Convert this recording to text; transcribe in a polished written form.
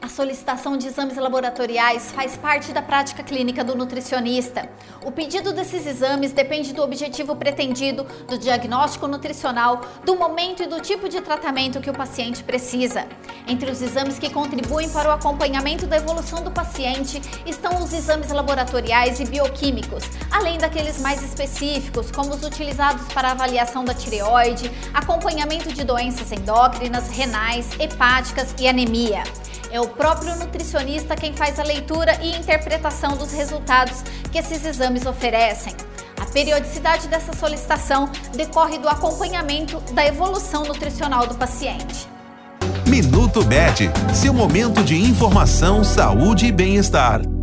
A solicitação de exames laboratoriais faz parte da prática clínica do nutricionista. O pedido desses exames depende do objetivo pretendido, do diagnóstico nutricional, do momento e do tipo de tratamento que o paciente precisa. Entre os exames que contribuem para o acompanhamento da evolução do paciente estão os exames laboratoriais e bioquímicos, além daqueles mais específicos, como os utilizados para avaliação da tireoide, acompanhamento de doenças endócrinas, renais, hepáticas e anemia. É o próprio nutricionista quem faz a leitura e interpretação dos resultados que esses exames oferecem. A periodicidade dessa solicitação decorre do acompanhamento da evolução nutricional do paciente. Minuto Med, seu momento de informação, saúde e bem-estar.